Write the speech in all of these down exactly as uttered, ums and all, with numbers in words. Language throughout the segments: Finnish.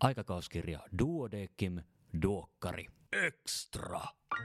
aikakauskirja Duodecim Duokkari Extra.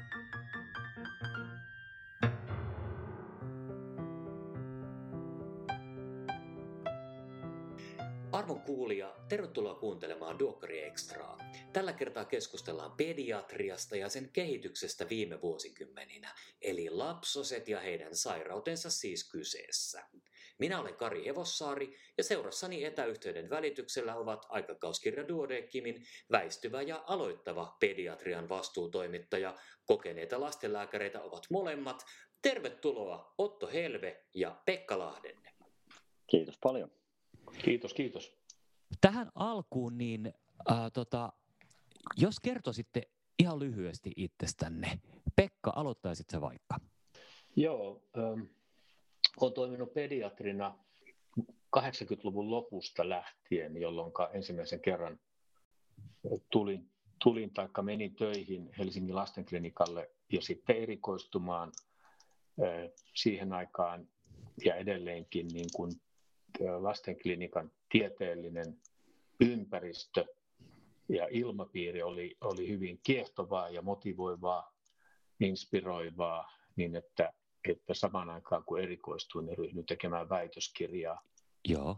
Arvon kuulija, tervetuloa kuuntelemaan Duokkari Extraa. Tällä kertaa keskustellaan pediatriasta ja sen kehityksestä viime vuosikymmeninä, eli lapsoset ja heidän sairautensa siis kyseessä. Minä olen Kari Hevossaari ja seurassani etäyhteyden välityksellä ovat aikakauskirja Duodecimin väistyvä ja aloittava pediatrian vastuutoimittaja. Kokeneita lastenlääkäreitä ovat molemmat. Tervetuloa Otto Helve ja Pekka Lahdenne. Kiitos paljon. Kiitos, kiitos. Tähän alkuun, niin äh, tota, jos kertoisitte ihan lyhyesti itsestänne. Pekka, aloittaisit sä vaikka? Joo, ähm, olen toiminut pediatrina kahdeksankymmentäluvun lopusta lähtien, jolloin ensimmäisen kerran tulin, tulin taikka menin töihin Helsingin lastenklinikalle ja sitten erikoistumaan äh, siihen aikaan ja edelleenkin niin kuin lastenklinikan tieteellinen ympäristö ja ilmapiiri oli, oli hyvin kiehtovaa ja motivoivaa, inspiroivaa, niin että, että samaan aikaan kun erikoistuin, niin ryhdyin tekemään väitöskirjaa. Joo.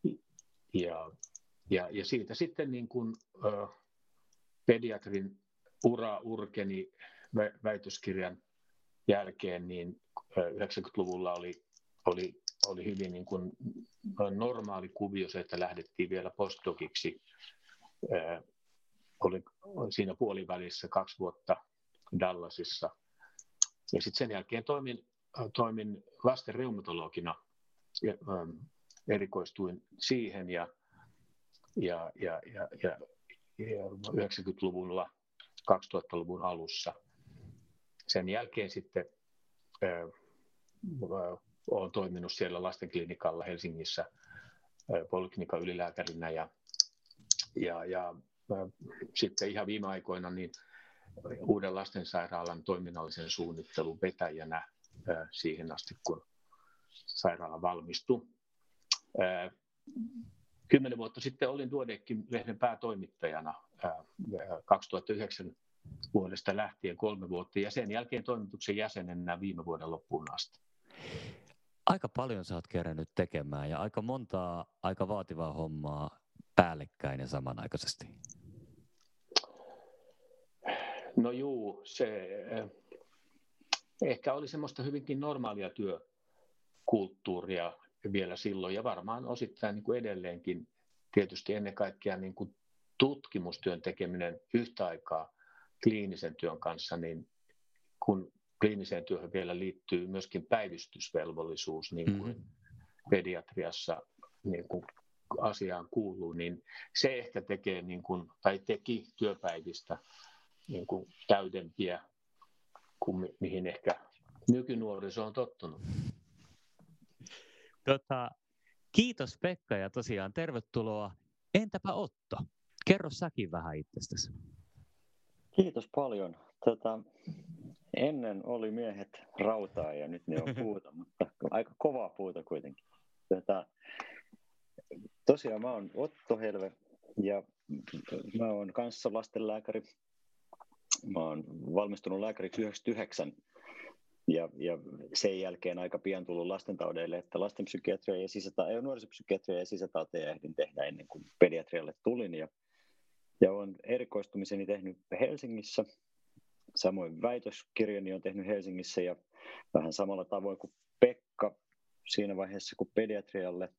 Ja, ja, ja siitä sitten niin kuin, ö, pediatrin ura urkeni vä, väitöskirjan jälkeen, niin yhdeksänkymmentäluvulla oli, oli oli hyvin niin kuin normaali kuvio se, että lähdettiin vielä postdociksi. Äh, olin siinä puolivälissä kaksi vuotta Dallasissa. Ja sitten sen jälkeen toimin, toimin lasten reumatologina ja ähm, erikoistuin siihen ja, ja, ja, ja, ja, ja yhdeksänkymmentäluvulla, kaksituhattaluvun alussa. Sen jälkeen sitten äh, olen toiminut siellä lastenklinikalla Helsingissä poliklinikan ylilääkärinä ja, ja, ja sitten ihan viime aikoina niin uuden lastensairaalan toiminnallisen suunnittelun vetäjänä siihen asti, kun sairaala valmistui. Kymmenen vuotta sitten olin Duodecim-lehden päätoimittajana kaksituhattayhdeksän vuodesta lähtien kolme vuotta ja sen jälkeen toimituksen jäsenenä viime vuoden loppuun asti. Aika paljon sä oot kerännyt tekemään ja aika montaa aika vaativaa hommaa päällekkäin ja samanaikaisesti. No juu, se ehkä oli semmoista hyvinkin normaalia työkulttuuria vielä silloin ja varmaan osittain niin kuin edelleenkin tietysti ennen kaikkea niin kuin tutkimustyön tekeminen yhtä aikaa kliinisen työn kanssa, niin kun kliiniseen työhön vielä liittyy myöskin päivystysvelvollisuus, niin kuin mm-hmm. pediatriassa niin kuin asiaan kuuluu, niin se ehkä tekee, niin kuin, tai teki työpäivistä niin kuin täydempiä kuin mi- mihin ehkä nykynuoriso on tottunut. Tota, kiitos Pekka ja tosiaan tervetuloa. Entäpä Otto? Kerro säkin vähän itsestäsi. Kiitos paljon. Tota, ennen oli miehet rautaa ja nyt ne on puuta, mutta aika kovaa puuta kuitenkin. Tota, tosiaan mä oon Otto Helve ja mä oon kanssa lastenlääkäri. Mä oon valmistunut lääkäriksi yhdeksänkymmentäyhdeksän ja, ja sen jälkeen aika pian tullut lastentaudeille, että lastenpsykiatria ja sisätauteja, nuorisopsykiatria ja sisätauteja ehdin tehdä ennen kuin pediatrialle tulin. Ja, ja olen erikoistumiseni tehnyt Helsingissä. Samoin väitöskirjani on tehnyt Helsingissä ja vähän samalla tavoin kuin Pekka siinä vaiheessa, kun pediatrialle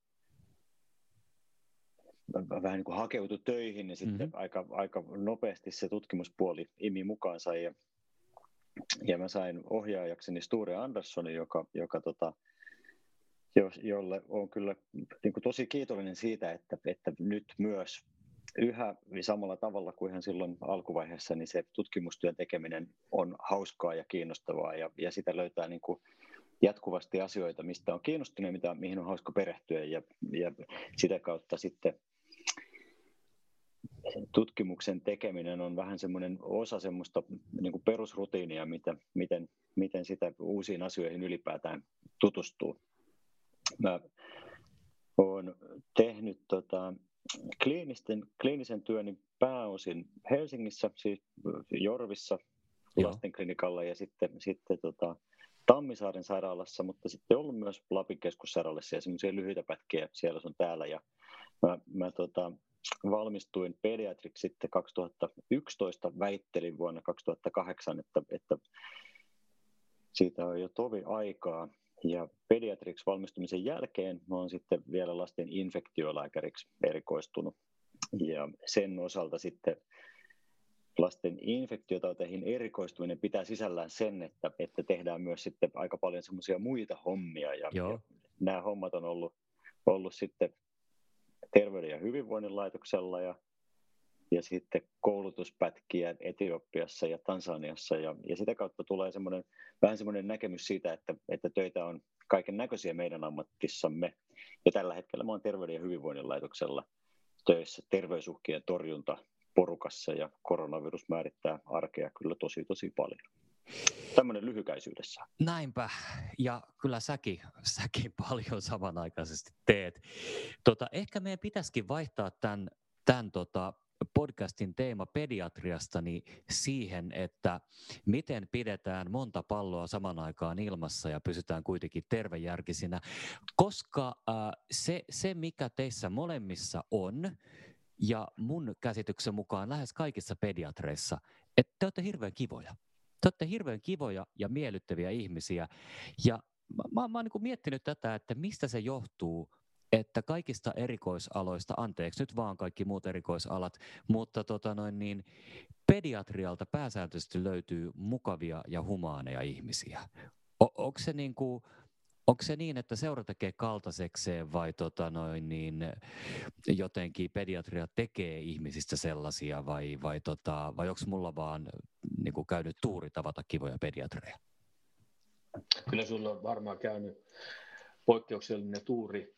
vähän niin kuin hakeutui töihin, niin sitten mm-hmm. aika, aika nopeasti se tutkimuspuoli imi mukaansa. Ja, ja mä sain ohjaajakseni Sture Anderssonin, joka, joka tota, jo, jolle olen kyllä niin kuin tosi kiitollinen siitä, että, että nyt myös yhä samalla tavalla kuin ihan silloin alkuvaiheessa, niin se tutkimustyön tekeminen on hauskaa ja kiinnostavaa ja, ja sitä löytää niin kuin jatkuvasti asioita, mistä on kiinnostunut ja mitä, mihin on hauska perehtyä ja, ja sitä kautta sitten tutkimuksen tekeminen on vähän semmoinen osa semmoista niin kuin perusrutiinia, mitä, miten, miten sitä uusiin asioihin ylipäätään tutustuu. Mä olen tehnyt tota, kliinisten, kliinisen työni pääosin Helsingissä, siis Jorvissa lastenklinikalla ja sitten, sitten tota, Tammisaaren sairaalassa, mutta sitten ollut myös Lapin keskussairaalassa ja semmoisia lyhyitä pätkiä siellä sun täällä. Ja mä, mä tota, valmistuin pediatriksi sitten kaksituhattayksitoista, väittelin vuonna kaksituhattakahdeksan, että, että siitä on jo tovi aikaa. Ja pediatriksi valmistumisen jälkeen mä oon sitten vielä lasten infektiolääkäriksi erikoistunut. Ja sen osalta sitten lasten infektiotauteihin erikoistuminen pitää sisällään sen, että, että tehdään myös sitten aika paljon semmoisia muita hommia. Ja, ja nämä hommat on ollut, ollut sitten Terveyden ja hyvinvoinnin laitoksella ja, ja sitten koulutuspätkiä Etiopiassa ja Tansaniassa. Ja, ja sitä kautta tulee semmoinen, vähän semmoinen näkemys siitä, että, että töitä on kaiken näköisiä meidän ammattissamme. Ja tällä hetkellä mä oon Terveyden ja hyvinvoinnin laitoksella töissä terveysuhkien torjunta porukassa ja koronavirus määrittää arkea kyllä tosi tosi paljon. Tämmöinen lyhykäisyydessä. Näinpä, ja kyllä säkin, säkin paljon samanaikaisesti teet. Tota, ehkä meidän pitäisikin vaihtaa tämän, tämän tota podcastin teema pediatriasta niin siihen, että miten pidetään monta palloa saman aikaan ilmassa ja pysytään kuitenkin tervejärkisinä, koska äh, se, se, mikä teissä molemmissa on, ja mun käsityksen mukaan lähes kaikissa pediatreissa, että te olette hirveän kivoja. Te olette hirveän kivoja ja miellyttäviä ihmisiä. Ja mä, mä, mä oon niin kuin miettinyt tätä, että mistä se johtuu, että kaikista erikoisaloista, anteeksi nyt vaan kaikki muut erikoisalat, mutta tota noin niin, pediatrialta pääsääntöisesti löytyy mukavia ja humaaneja ihmisiä. O, onko se niin kuin... Onko se niin, että seura tekee kaltaisekseen vai tota noin niin, jotenkin pediatria tekee ihmisistä sellaisia vai, vai, tota, vai onko mulla vaan niin kuin käynyt tuuri tavata kivoja pediatreja? Kyllä sulla on varmaan käynyt poikkeuksellinen tuuri.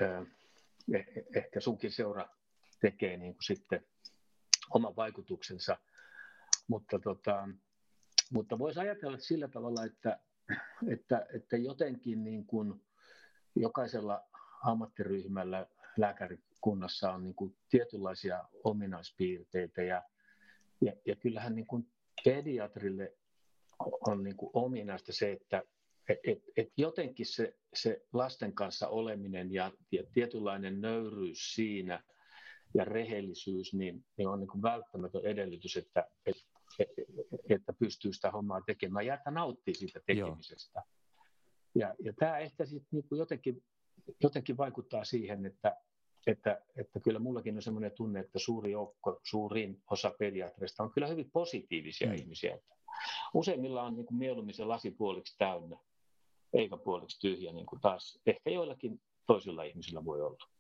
Eh- ehkä sunkin seura tekee niin kuin sitten oman vaikutuksensa, mutta, tota, mutta voisi ajatella sillä tavalla, että Että, että jotenkin niin kuin jokaisella ammattiryhmällä lääkärikunnassa on niin kuin tietynlaisia ominaispiirteitä ja, ja, ja kyllähän niin kuin pediatrille on niin kuin ominaista se, että et, et, et jotenkin se, se lasten kanssa oleminen ja, ja tietynlainen nöyryys siinä ja rehellisyys niin, niin on niin kuin välttämätön edellytys, että et, että pystyy sitä hommaa tekemään ja että nauttii siitä tekemisestä. Ja, ja tämä ehkä sitten niinku jotenkin, jotenkin vaikuttaa siihen, että, että, että kyllä mullakin on sellainen tunne, että suuri joukko, suurin osa pediatreista on kyllä hyvin positiivisia mm. ihmisiä. Useimmilla on niinku mieluummin se lasi puoliksi täynnä, eikä puoliksi tyhjä, niin kuin taas ehkä joillakin toisilla ihmisillä voi olla.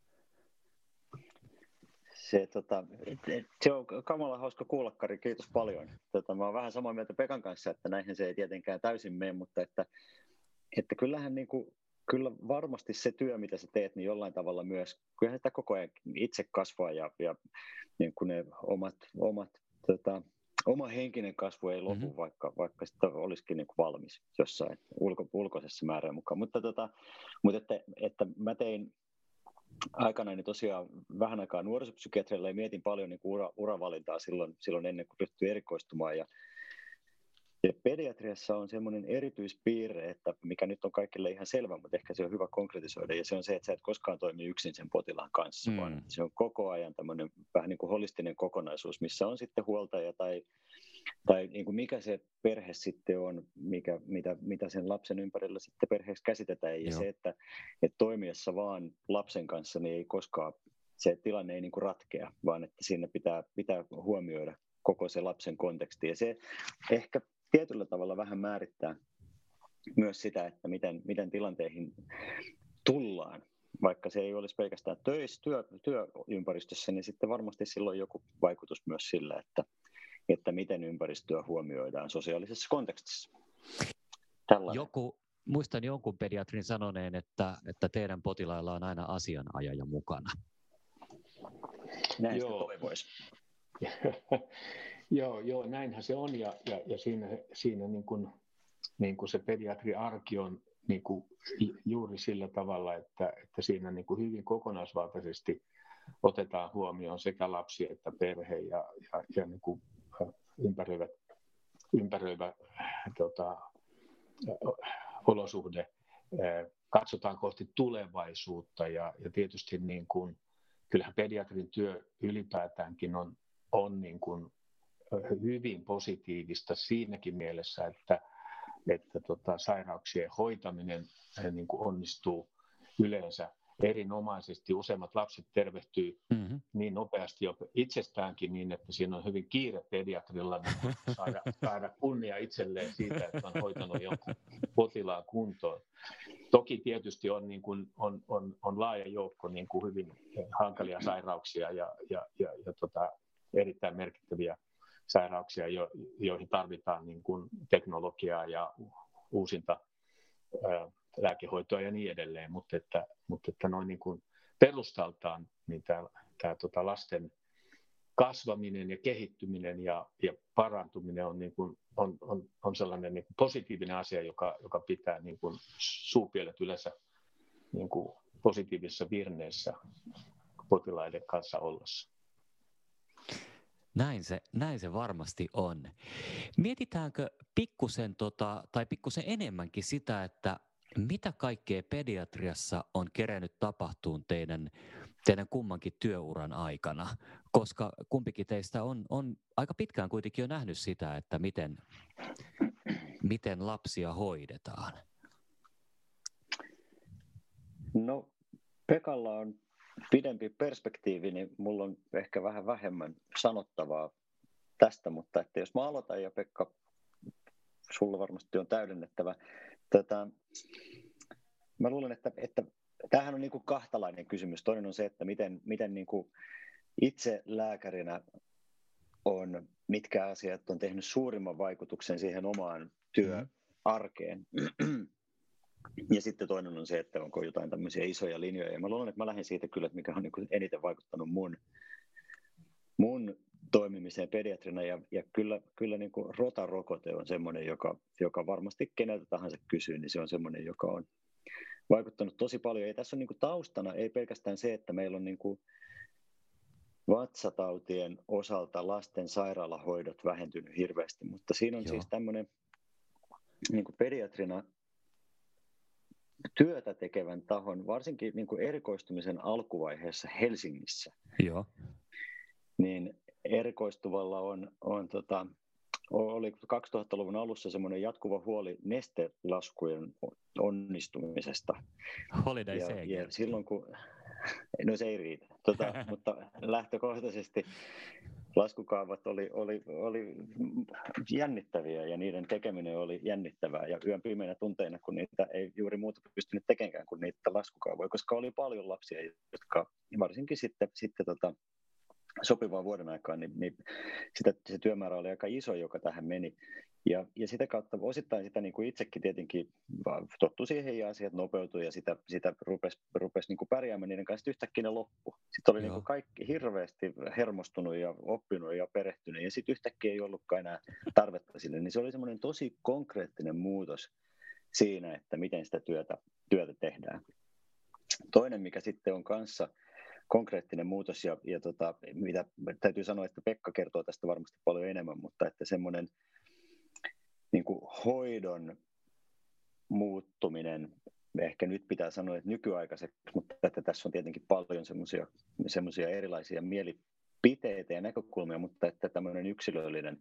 Se, tota, se on kamala hauska kuulla, Kari, kiitos paljon. Tota, mä oon vähän samaa mieltä Pekan kanssa, että näinhän se ei tietenkään täysin mene, mutta että, että kyllähän niin kuin, kyllä varmasti se työ, mitä sä teet, niin jollain tavalla myös, kyllähän sitä koko ajan itse kasvaa ja, ja niin kuin ne omat, omat tota, oma henkinen kasvu ei lopu, mm-hmm. vaikka, vaikka sitä olisikin niin kuin valmis jossain ulko, ulkoisessa määrän mukaan. Mutta, tota, mutta että, että mä tein aikanaan niin tosiaan vähän aikaa nuorisopsykiatrialla ja mietin paljon niin kuin ura, uravalintaa silloin, silloin ennen kuin ryhtyi erikoistumaan. Ja, ja pediatriassa on semmoinen erityispiirre, että mikä nyt on kaikille ihan selvä, mutta ehkä se on hyvä konkretisoida. Ja se on se, että sä et koskaan toimi yksin sen potilaan kanssa, mm. vaan se on koko ajan tämmöinen vähän niin kuin holistinen kokonaisuus, missä on sitten huoltaja tai, tai niin kuin mikä se perhe sitten on, mikä, mitä, mitä sen lapsen ympärillä sitten perheeksi käsitetään. Ja Joo. se, että, että toimiessa vaan lapsen kanssa, niin ei koskaan, se tilanne ei niin kuin ratkea, vaan että siinä pitää, pitää huomioida koko se lapsen konteksti. Ja se ehkä tietyllä tavalla vähän määrittää myös sitä, että miten, miten tilanteihin tullaan. Vaikka se ei olisi pelkästään töissä, työ, työympäristössä, niin sitten varmasti silloin joku vaikutus myös sillä, että, että miten ympäristöä huomioidaan sosiaalisessa kontekstissa. Tällainen. Joku, muistan jonkun pediatrin sanoneen, että, että teidän potilailla on aina asianajaja mukana. Näin sitä toivoisi. Joo, joo, näinhän se on ja, ja, ja siinä, siinä niin kuin, niin kuin se pediatriarki on niin kuin juuri sillä tavalla, että, että siinä niin kuin hyvin kokonaisvaltaisesti otetaan huomioon sekä lapsi että perhe ja, ja, ja niin kuin ympäröivä, ympäröivä tota, olosuhde. Katsotaan kohti tulevaisuutta ja, ja tietysti niin kuin, kyllähän pediatrin työ ylipäätäänkin on, on niin kuin hyvin positiivista siinäkin mielessä, että, että tota, sairauksien hoitaminen niin kuin onnistuu yleensä erinomaisesti. Useimmat lapset tervehtyy mm-hmm. niin nopeasti jo itsestäänkin niin, että siinä on hyvin kiire pediatrilla niin saada, saada kunnia itselleen siitä, että on hoitanut jonkun potilaan kuntoon. Toki tietysti on, niin kuin, on, on, on laaja joukko niin kuin hyvin hankalia sairauksia ja, ja, ja, ja tota, erittäin merkittäviä sairauksia, jo, joihin tarvitaan niin kuin teknologiaa ja uusinta ää, lääkehoitoa ja niin edelleen, mutta että, mutta että noin niin kuin perustaltaan niin tämä, tämä tota lasten kasvaminen ja kehittyminen ja, ja parantuminen on, niin kuin, on, on, on sellainen niin kuin positiivinen asia, joka, joka pitää niin kuin suupielet yleensä niin kuin positiivisessa virneessä potilaiden kanssa ollessa. Näin se, näin se varmasti on. Mietitäänkö pikkusen tota, tai pikkusen enemmänkin sitä, että mitä kaikkea pediatriassa on kerennyt tapahtumaan teidän, teidän kummankin työuran aikana, koska kumpikin teistä on, on aika pitkään kuitenkin jo nähnyt sitä, että miten, miten lapsia hoidetaan. No, Pekalla on pidempi perspektiivi, niin mulla on ehkä vähän vähemmän sanottavaa tästä, mutta että jos mä aloitan ja Pekka, sulla varmasti on täydennettävä. Tätä, mä luulen, että, että tämähän on niin kuin kahtalainen kysymys. Toinen on se, että miten, miten niin kuin itse lääkärinä on, mitkä asiat on tehnyt suurimman vaikutuksen siihen omaan työarkeen. Ja sitten toinen on se, että onko jotain tämmöisiä isoja linjoja. Ja mä luulen, että mä lähden siitä kyllä, että mikä on niin kuin eniten vaikuttanut mun, mun toimimiseen pediatrina. Ja, ja kyllä, kyllä niin kuin rotarokote on semmoinen, joka, joka varmasti keneltä tahansa kysyy, niin se on semmoinen, joka on vaikuttanut tosi paljon. Ja tässä on niin kuin taustana ei pelkästään se, että meillä on niin kuin vatsatautien osalta lasten sairaalahoidot vähentynyt hirveästi, mutta siinä on Joo. siis tämmöinen niin kuin pediatrina työtä tekevän tahon, varsinkin niin kuin erikoistumisen alkuvaiheessa Helsingissä, Joo. niin erikoistuvalla on, on tota, oli kaksituhattaluvun alussa semmoinen jatkuva huoli nestelaskujen onnistumisesta. Holiday ja, ja silloin kun, no se ei riitä, tota, mutta lähtökohtaisesti laskukaavat oli, oli, oli jännittäviä ja niiden tekeminen oli jännittävää ja yön pimeinä tunteina, kun niitä ei juuri muuta pystynyt tekemään kuin niitä laskukaavoja, koska oli paljon lapsia, jotka varsinkin sitten, sitten tota, sopivaa vuoden aikaan, niin, niin sitä, se työmäärä oli aika iso, joka tähän meni. Ja, ja sitä kautta osittain sitä niin kuin itsekin tietenkin tottui siihen ja asiat nopeutui ja sitä, sitä rupesi, rupesi niin kuin pärjäämään niiden kanssa, yhtäkkiä ne loppu. Sitten oli niin kuin kaikki hirveästi hermostunut ja oppinut ja perehtynyt ja sitten yhtäkkiä ei ollutkaan enää tarvetta sille. Niin se oli semmoinen tosi konkreettinen muutos siinä, että miten sitä työtä, työtä tehdään. Toinen, mikä sitten on kanssa konkreettinen muutos ja, ja tota, mitä täytyy sanoa, että Pekka kertoo tästä varmasti paljon enemmän, mutta että semmoinen niin kuin hoidon muuttuminen, ehkä nyt pitää sanoa, että nykyaikaiseksi, mutta että tässä on tietenkin paljon semmoisia, semmoisia erilaisia mielipiteitä ja näkökulmia, mutta että tämmöinen yksilöllinen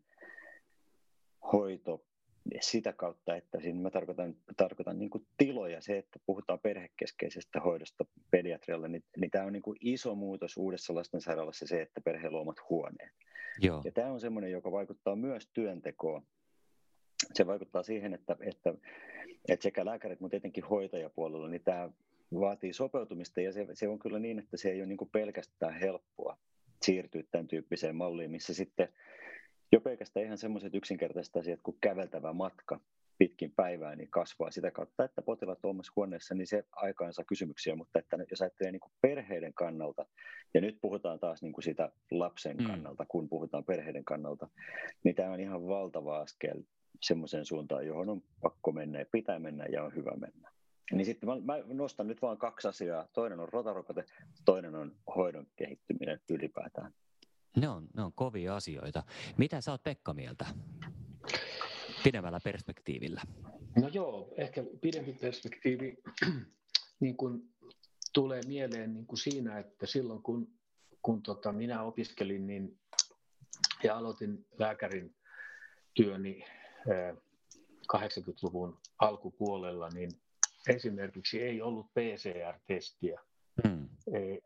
hoito sitä kautta, että siinä mä tarkoitan, tarkoitan niin kuin tiloja, se, että puhutaan perhekeskeisestä hoidosta pediatrialla, niin, niin tämä on niin kuin iso muutos uudessa lastensairaalassa se, että perhe luo omat huoneet. Joo. Ja tämä on semmoinen, joka vaikuttaa myös työntekoon. Se vaikuttaa siihen, että, että, että sekä lääkärit, mutta etenkin hoitajapuolella, niin tämä vaatii sopeutumista ja se, se on kyllä niin, että se ei ole niin kuin pelkästään helppoa siirtyä tämän tyyppiseen malliin, missä sitten jo pelkästään ihan semmoiset yksinkertaiset asiat kuin käveltävä matka pitkin päivää niin kasvaa sitä kautta, että potilaat on omassa huoneessa, niin se aikaansa kysymyksiä, mutta että jos ajattelee niin kuin perheiden kannalta, ja nyt puhutaan taas niin kuin sitä lapsen kannalta, kun puhutaan perheiden kannalta, niin tämä on ihan valtava askel semmoiseen suuntaan, johon on pakko mennä ja pitää mennä ja on hyvä mennä. Niin sitten mä, mä nostan nyt vain kaksi asiaa. Toinen on rotarokote, toinen on hoidon kehittyminen ylipäätään. Ne on, ne on kovia asioita. Mitä sä oot Pekka mieltä pidemmällä perspektiivillä? No joo, ehkä pidempi perspektiivi niin kun tulee mieleen niin kun siinä, että silloin kun, kun tota, minä opiskelin niin, ja aloitin lääkärin työni eh, kahdeksankymmentäluvun alkupuolella, niin esimerkiksi ei ollut P C R-testiä. Hmm. Ei,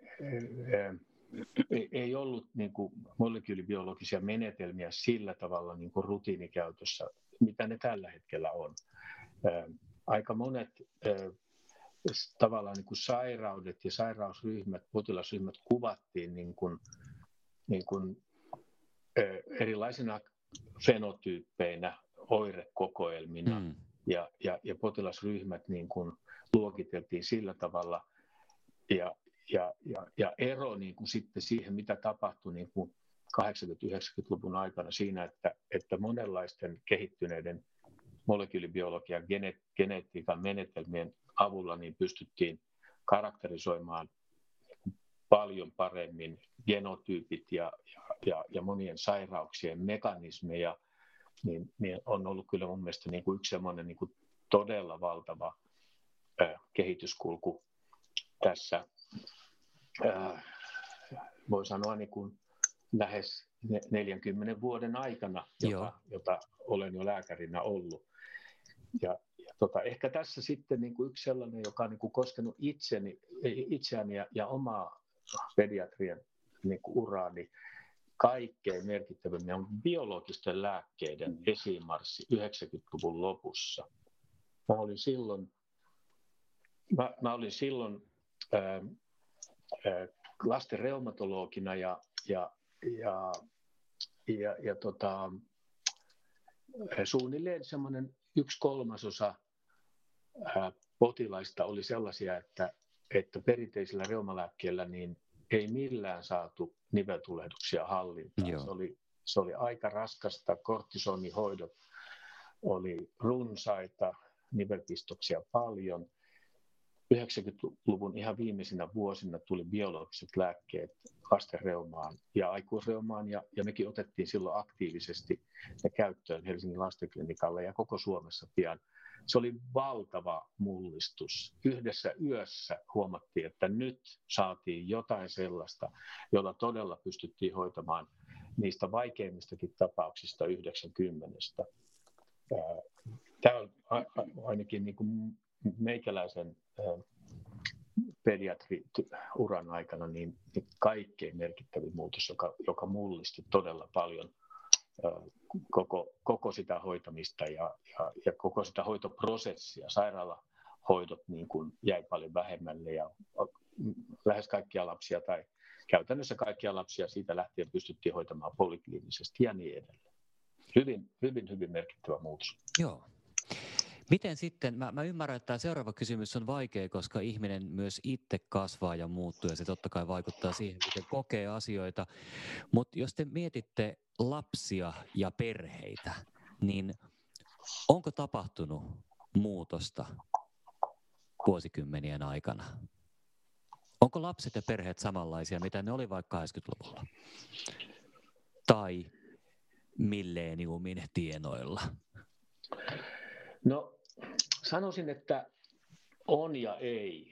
ei, ei ollut niin kuin molekyylibiologisia menetelmiä sillä tavalla niin kuin rutiinikäytössä, mitä ne tällä hetkellä on. Aika monet tavallaan niin kuin sairaudet ja sairausryhmät, potilasryhmät kuvattiin niin kuin, niin kuin erilaisina fenotyyppeinä, oirekokoelmina. Hmm. Ja, ja, ja potilasryhmät niin kuin luokiteltiin sillä tavalla, ja, ja, ja, ja ero niin kuin sitten siihen, mitä tapahtui niin kuin kahdeksankymmentä-yhdeksänkymmentäluvun aikana siinä, että, että monenlaisten kehittyneiden molekyylibiologian gene, genetiikan menetelmien avulla niin pystyttiin karakterisoimaan paljon paremmin genotyypit ja, ja, ja, ja monien sairauksien mekanismeja. Niin, niin on ollut kyllä mun mielestä niin kuin yksi semmoinen niin kuin todella valtava äh, kehityskulku tässä, äh, voi sanoa niin kuin lähes neljänkymmenen vuoden aikana, jota, jota olen jo lääkärinä ollut. Ja, ja tota, ehkä tässä sitten niin kuin yksi sellainen, joka on niin kuin koskenut itseni, itseäni ja, ja omaa pediatrian niin kuin uraani, kaikkein merkittävimmin on biologisten lääkkeiden esimarssi yhdeksänkymmentäluvun lopussa. Mä olin silloin, mä, mä olin silloin ää, ää, lasten reumatologina ja, ja, ja, ja, ja tota, suunnilleen semmoinen yksi kolmasosa ää, potilaista oli sellaisia, että, että perinteisillä reumalääkkeillä niin ei millään saatu niveltulehduksia hallintaan. Se oli, se oli aika raskasta, kortisonihoidot oli runsaita, nivelpistoksia paljon. yhdeksänkymmentäluvun ihan viimeisinä vuosina tuli biologiset lääkkeet lastenreumaan ja aikuisreumaan, ja, ja mekin otettiin silloin aktiivisesti ne käyttöön Helsingin lastenklinikalle ja koko Suomessa pian. Se oli valtava mullistus. Yhdessä yössä huomattiin, että nyt saatiin jotain sellaista, jolla todella pystyttiin hoitamaan niistä vaikeimmistakin tapauksista yhdeksänkymmentä. Tämä on ainakin niin kuin meikäläisen pediatriuran aikana niin kaikkein merkittävin muutos, joka, joka mullisti todella paljon Koko, koko sitä hoitamista ja, ja, ja koko sitä hoitoprosessia. Sairaalahoidot niin kuin jäi paljon vähemmälle ja lähes kaikkia lapsia tai käytännössä kaikkia lapsia siitä lähtien pystyttiin hoitamaan polikliinisesti ja niin edelleen. Hyvin, hyvin, hyvin merkittävä muutos. Joo. Miten sitten, mä, mä ymmärrän, että tämä seuraava kysymys on vaikea, koska ihminen myös itse kasvaa ja muuttuu ja se totta kai vaikuttaa siihen, miten kokee asioita. Mutta jos te mietitte lapsia ja perheitä, niin onko tapahtunut muutosta vuosikymmenien aikana? Onko lapset ja perheet samanlaisia, mitä ne oli vaikka kahdeksankymmentäluvulla? Tai milleniumin tienoilla? No, sanoisin, että on ja ei.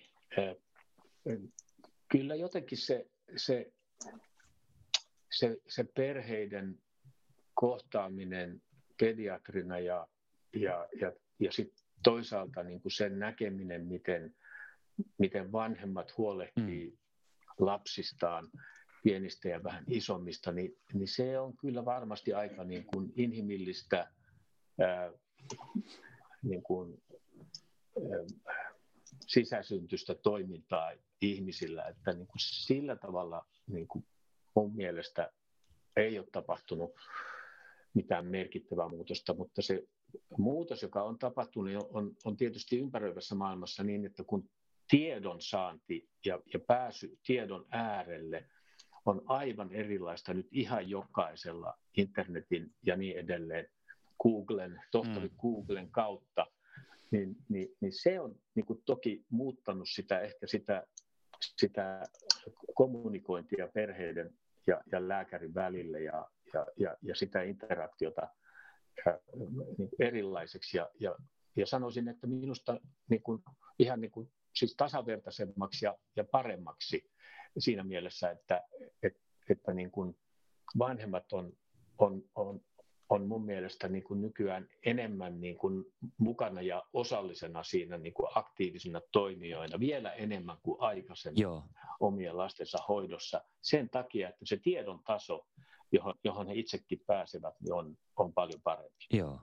Kyllä jotenkin se, se, se, se perheiden kohtaaminen pediatrina ja, ja, ja, ja sit toisaalta niin kuin sen näkeminen, miten, miten vanhemmat huolehtii mm. lapsistaan, pienistä ja vähän isommista, niin, niin se on kyllä varmasti aika niin kuin inhimillistä ää, niin kuin, ää, sisäsyntyistä toimintaa ihmisillä, että niin kuin sillä tavalla niin kuin mun mielestä ei ole tapahtunut mitään merkittävää muutosta, mutta se muutos, joka on tapahtunut, on, on tietysti ympäröivässä maailmassa niin, että kun tiedon saanti ja, ja pääsy tiedon äärelle on aivan erilaista nyt ihan jokaisella internetin ja niin edelleen Googlen, tohtori mm. Googlen kautta, niin, niin, niin se on niin kuin toki muuttanut sitä, ehkä sitä, sitä kommunikointia perheiden ja, ja lääkärin välille ja, ja, ja, ja sitä interaktiota ja, niin erilaiseksi. Ja, ja, ja sanoisin, että minusta niin kuin, ihan niin kuin, siis tasavertaisemmaksi ja, ja paremmaksi siinä mielessä, että, että, että niin kuin vanhemmat on, on, on, on mun mielestä niin kuin nykyään enemmän niin kuin mukana ja osallisena siinä niin kuin aktiivisina toimijoina, vielä enemmän kuin aikaisemmin Joo. omien lastensa hoidossa. Sen takia, että se tiedon taso, johon, johon he itsekin pääsevät, niin on, on paljon parempi. Joo.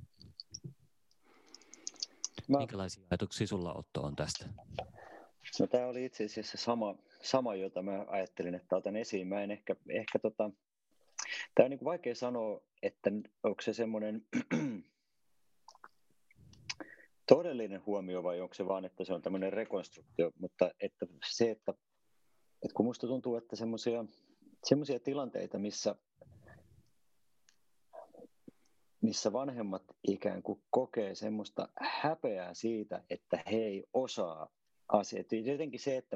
Mä... Minkälaisia ajatuksia sulla, Otto, on tästä? No, tämä oli itse asiassa sama, sama, jota mä ajattelin, että otan esiin. Mä en ehkä, ehkä tota... Tämä on niin kuin vaikea sanoa, että onko se semmoinen todellinen huomio vai onko se vaan, että se on tämmöinen rekonstruktio, mutta että se, että, että kun musta tuntuu, että semmoisia semmoisia tilanteita, missä, missä vanhemmat ikään kuin kokee semmoista häpeää siitä, että he ei osaa asiat. Jotenkin se, että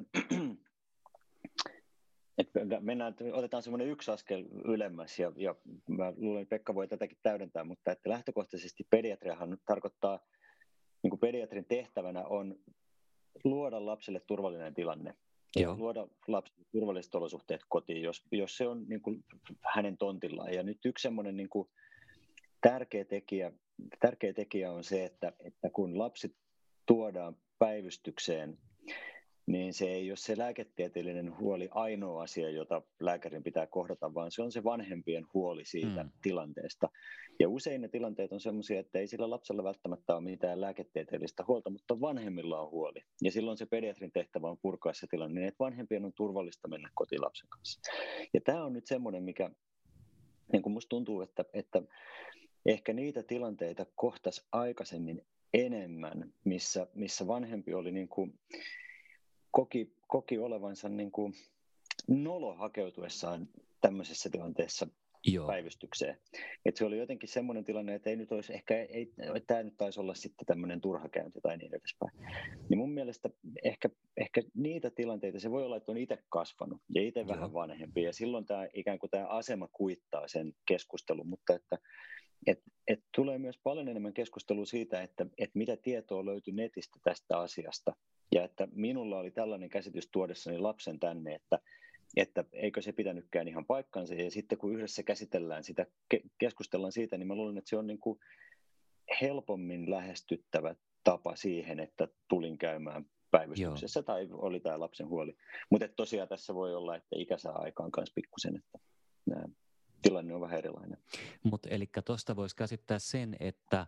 että mennään, otetaan semmoinen yksi askel ylemmäs ja, ja mä luulen, että Pekka voi tätäkin täydentää, mutta että lähtökohtaisesti pediatriahan tarkoittaa, niin kuin pediatrin tehtävänä on luoda lapselle turvallinen tilanne. Ja luoda lapselle turvalliset olosuhteet kotiin, jos, jos se on niin kuin hänen tontillaan. Ja nyt yksi semmoinen niin kuin tärkeä tekijä, tärkeä tekijä on se, että, että kun lapsi tuodaan päivystykseen, niin se ei ole se lääketieteellinen huoli ainoa asia, jota lääkärin pitää kohdata, vaan se on se vanhempien huoli siitä mm. tilanteesta. Ja usein ne tilanteet on sellaisia, että ei sillä lapsella välttämättä ole mitään lääketieteellistä huolta, mutta vanhemmilla on huoli. Ja silloin se pediatrin tehtävä on purkaa se tilanne, niin että vanhempien on turvallista mennä kotiin lapsen kanssa. Ja tämä on nyt semmoinen, mikä niin kuin musta tuntuu, että, että ehkä niitä tilanteita kohtasi aikaisemmin enemmän, missä, missä vanhempi oli niin kuin Koki, koki olevansa niin kuin nolo hakeutuessaan tämmöisessä tilanteessa Joo. päivystykseen. Et se oli jotenkin semmoinen tilanne, että ei nyt olisi ehkä, ei, tämä nyt taisi olla sitten tämmöinen turhakäynti tai niin edespäin. Niin mun mielestä ehkä, ehkä niitä tilanteita, se voi olla, että on itse kasvanut ja itse Joo. vähän vanhempi ja silloin tämä ikään kuin tämä asema kuittaa sen keskustelun, mutta että et, et tulee myös paljon enemmän keskustelua siitä, että et mitä tietoa löytyy netistä tästä asiasta. Ja että minulla oli tällainen käsitys tuodessani lapsen tänne, että, että eikö se pitänytkään ihan paikkansa. Ja sitten kun yhdessä käsitellään sitä, keskustellaan siitä, niin mä luulen, että se on niin kuin helpommin lähestyttävä tapa siihen, että tulin käymään päivystyksessä Joo. tai oli tämä lapsen huoli. Mutta tosiaan tässä voi olla, että ikä saa aikaan myös pikkusen, että nämä tilanne on vähän erilainen. Mutta eli tuosta voisi käsittää sen, että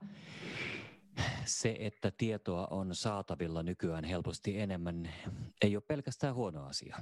se, että tietoa on saatavilla nykyään helposti enemmän, ei ole pelkästään huono asia.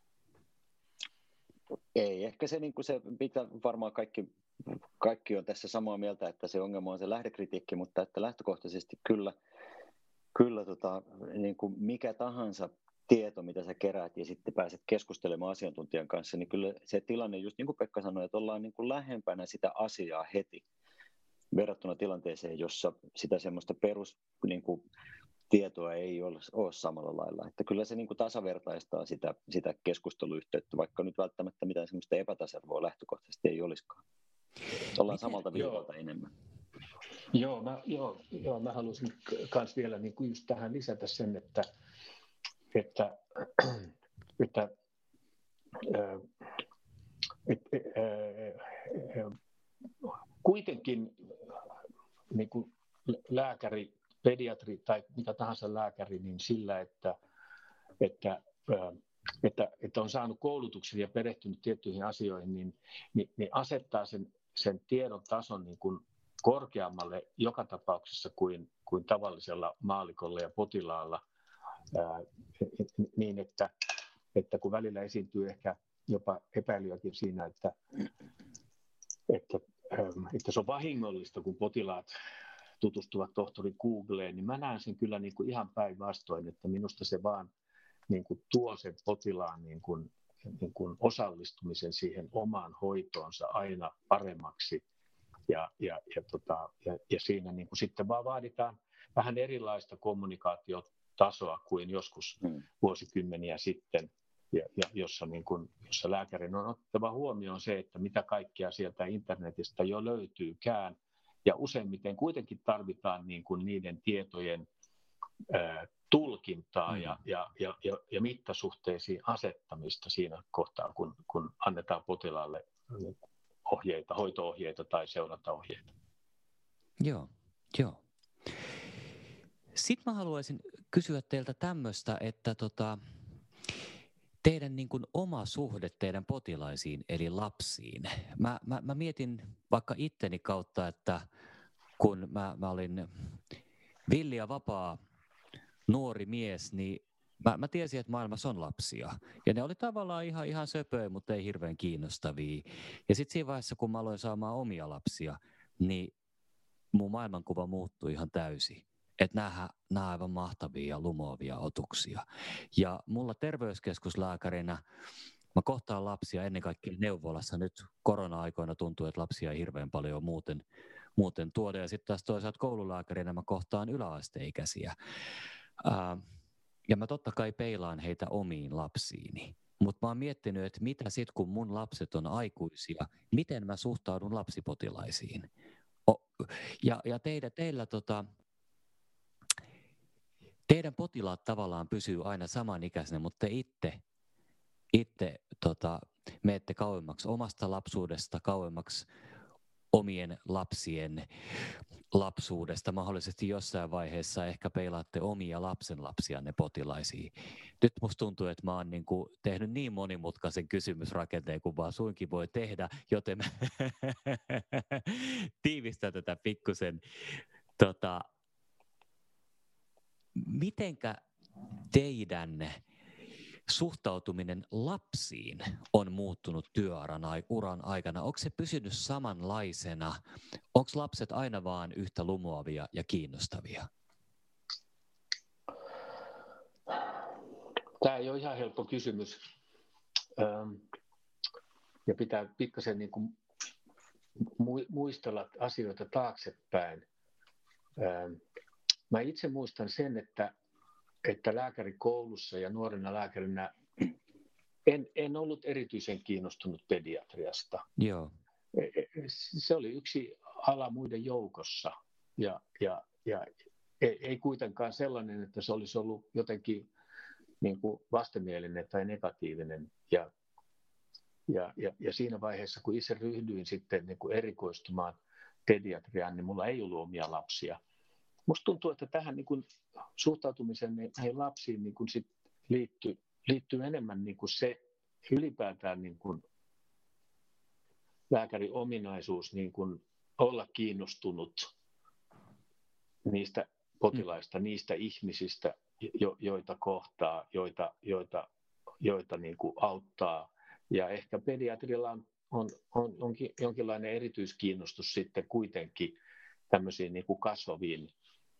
Ei, ehkä se, niin kuin se pitää varmaan kaikki, kaikki on tässä samaa mieltä, että se ongelma on se lähdekritiikki, mutta että lähtökohtaisesti kyllä, kyllä tota, niin kuin mikä tahansa tieto, mitä sä keräät ja sitten pääset keskustelemaan asiantuntijan kanssa, niin kyllä se tilanne, just niin kuin Pekka sanoi, että ollaan niin kuin lähempänä sitä asiaa heti verrattuna tilanteeseen, jossa sitä semmoista perus niin kuin, tietoa ei ole, ole samalla lailla. Että kyllä se niin kuin tasavertaistaa sitä, sitä keskusteluyhteyttä, vaikka nyt välttämättä mitään semmoista epätasa-arvoa lähtökohtaisesti ei olisikaan. Ollaan Miten? samalta viivalta enemmän. Joo, mä, joo, joo, mä haluaisin myös vielä niin kuin just tähän lisätä sen, että, että, että, että, että, että kuitenkin niin kuin lääkäri, pediatri tai mitä tahansa lääkäri, niin sillä, että, että, että, että on saanut koulutuksen ja perehtynyt tiettyihin asioihin, niin, niin, niin asettaa sen, sen tiedon tason niin kuin korkeammalle joka tapauksessa kuin, kuin tavallisella maallikolla ja potilaalla, ää, niin että, että kun välillä esiintyy ehkä jopa epäilyäkin siinä, että, että että se on vahingollista, kun potilaat tutustuvat tohtori Googleen, niin mä näen sen kyllä niin kuin ihan päinvastoin, että minusta se vaan niin kuin tuo sen potilaan niin kuin, niin kuin osallistumisen siihen omaan hoitoonsa aina paremmaksi. Ja, ja, ja, tota, ja, ja siinä niin kuin sitten vaan vaaditaan, vähän erilaista kommunikaatiotasoa kuin joskus mm. vuosikymmeniä sitten, ja, ja jossa, niin kuin, jossa lääkärin on otettava huomioon se, että mitä kaikkea sieltä internetistä jo löytyykään, ja useimmiten kuitenkin tarvitaan niin kuin niiden tietojen ää, tulkintaa mm. ja, ja, ja, ja, ja mittasuhteisiin asettamista siinä kohtaa, kun, kun annetaan potilaalle ohjeita, hoito-ohjeita tai seurantaohjeita. Joo, joo. Sitten mä haluaisin kysyä teiltä tämmöistä, että tota, teidän niin kuin oma suhde teidän potilaisiin, eli lapsiin. Mä, mä, mä mietin vaikka itteni kautta, että kun mä, mä olin villi ja vapaa nuori mies, niin mä, mä tiesin, että maailmassa on lapsia. Ja ne oli tavallaan ihan, ihan söpöjä, mutta ei hirveän kiinnostavia. Ja sitten siinä vaiheessa, kun mä aloin saamaan omia lapsia, niin mun maailmankuva muuttui ihan täysin. Että näähän, nämä on aivan mahtavia ja lumoavia otuksia. Ja mulla terveyskeskuslääkärinä mä kohtaan lapsia ennen kaikkea neuvolassa. Nyt korona-aikoina tuntuu, että lapsia ei hirveän paljon muuten, muuten tuoda. Ja sitten taas toisaalta koululääkärinä mä kohtaan yläasteikäisiä. Ää, ja mä totta kai peilaan heitä omiin lapsiini. Mutta mä oon miettinyt, että mitä sitten kun mun lapset on aikuisia, miten mä suhtaudun lapsipotilaisiin. O- ja ja teillä, teillä tota... Teidän potilaat tavallaan pysyy aina samanikäisenä, mutta te itse, itse tota, menette kauemmaksi omasta lapsuudesta, kauemmaksi omien lapsien lapsuudesta. Mahdollisesti jossain vaiheessa ehkä peilaatte omia lapsenlapsianne potilaisiin. Nyt musta tuntuu, että mä oon niin kuin tehnyt niin monimutkaisen kysymysrakenteen kuin vaan suinkin voi tehdä, joten tiivistän tätä pikkusen. Tota, Mitenkä teidän suhtautuminen lapsiin on muuttunut työuran uran aikana? Onko se pysynyt samanlaisena? Onko lapset aina vaan yhtä lumoavia ja kiinnostavia? Tämä ei ole ihan helppo kysymys. Ja pitää pikkasen niin kuin muistella asioita taaksepäin. Mä itse muistan sen, että, että lääkärikoulussa ja nuorena lääkärinä en, en ollut erityisen kiinnostunut pediatriasta. Joo. Se oli yksi ala muiden joukossa ja, ja, ja ei, ei kuitenkaan sellainen, että se olisi ollut jotenkin niin kuin vastenmielinen tai negatiivinen. Ja, ja, ja, ja siinä vaiheessa, kun itse ryhdyin sitten niin kuin erikoistumaan pediatriaan, niin mulla ei ollut omia lapsia. Musta tuntuu, että tähän niin kuin suhtautumiseen näihin lapsiin niin kuin sit liittyy, liittyy enemmän niin kuin se ylipäätään niin kuin lääkärin ominaisuus niin kuin olla kiinnostunut niistä potilaista, mm. niistä ihmisistä, jo, joita kohtaa, joita, joita, joita niin kuin auttaa. Ja ehkä pediatrilla on, on, on onkin jonkinlainen erityiskiinnostus sitten kuitenkin tämmöisiin niin kuin kasvaviin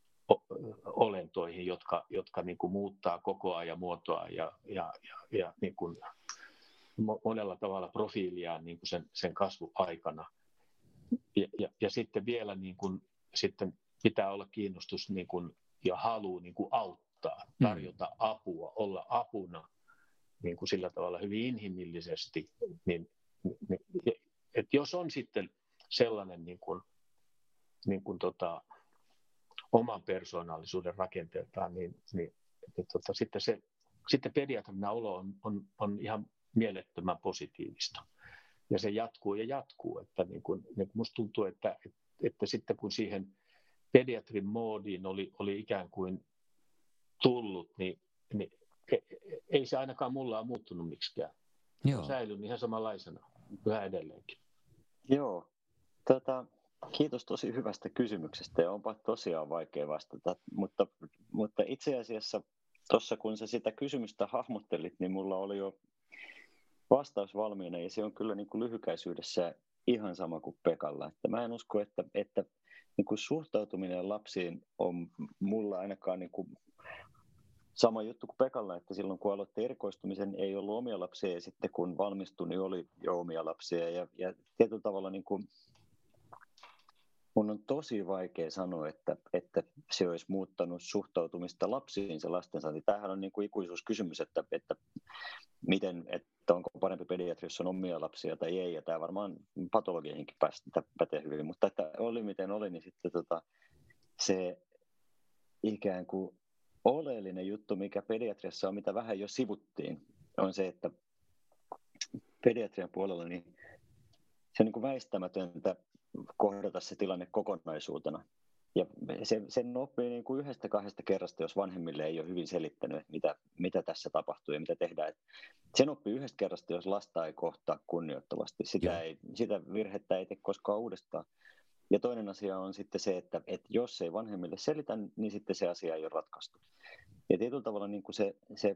olentoihin, jotka, jotka niin kuin muuttaa koko ajan muotoa ja, ja, ja, ja niin kuin monella tavalla profiiliaan niin kuin sen, sen kasvuaikana. Ja, ja, ja sitten vielä niin kuin, sitten pitää olla kiinnostus niin kuin, ja halu niin kuin auttaa, tarjota apua, olla apuna niin kuin sillä tavalla hyvin inhimillisesti. Niin, niin, että jos on sitten sellainen niin kuin, niin kuin tota, oman persoonallisuuden rakenteeltaan, niin, niin, niin tota, sitten, se, sitten pediatrinen olo on, on, on ihan mielettömän positiivista. Ja se jatkuu ja jatkuu. Että niin kun, niin musta tuntuu, että, että, että sitten kun siihen pediatrin moodiin oli, oli ikään kuin tullut, niin, niin ei se ainakaan mulla ole muuttunut miksikään. Joo. On säilynyt ihan samanlaisena yhä edelleenkin. Joo. Tota, kiitos tosi hyvästä kysymyksestä ja onpa tosiaan vaikea vastata, mutta, mutta itse asiassa tuossa kun sä sitä kysymystä hahmottelit, niin mulla oli jo vastaus valmiina ja se on kyllä niin kuin lyhykäisyydessä ihan sama kuin Pekalla. Että mä en usko, että, että niin kuin suhtautuminen lapsiin on mulla ainakaan niin kuin sama juttu kuin Pekalla, että silloin kun aloitti erikoistumisen ei ollut omia lapsia ja sitten kun valmistui, niin oli jo omia lapsia ja, ja tietyllä tavalla niin kuin mun on tosi vaikea sanoa, että, että se olisi muuttanut suhtautumista lapsiin se lastensaanti. Tämähän on niin kuin ikuisuuskysymys, että, että, miten, että onko parempi pediatri, jos on omia lapsia tai ei. Ja tämä varmaan patologiahinkin pätee hyvin, mutta että oli miten oli, niin sitten tota, se ikään kuin oleellinen juttu, mikä pediatriassa on, mitä vähän jo sivuttiin, on se, että pediatrian puolella niin se on niin kuin väistämätöntä kohdata se tilanne kokonaisuutena. Ja se, sen oppii niin kuin yhdestä kahdesta kerrasta, jos vanhemmille ei ole hyvin selittänyt, mitä, mitä tässä tapahtuu ja mitä tehdään. Sen oppii yhdestä kerrasta, jos lasta ei kohtaa kunnioittavasti. Sitä, ei, sitä virhettä ei tee koskaan uudestaan. Ja toinen asia on sitten se, että, että jos ei vanhemmille selitä, niin sitten se asia ei ole ratkaistu. Ja tietyllä tavalla niin kuin se, se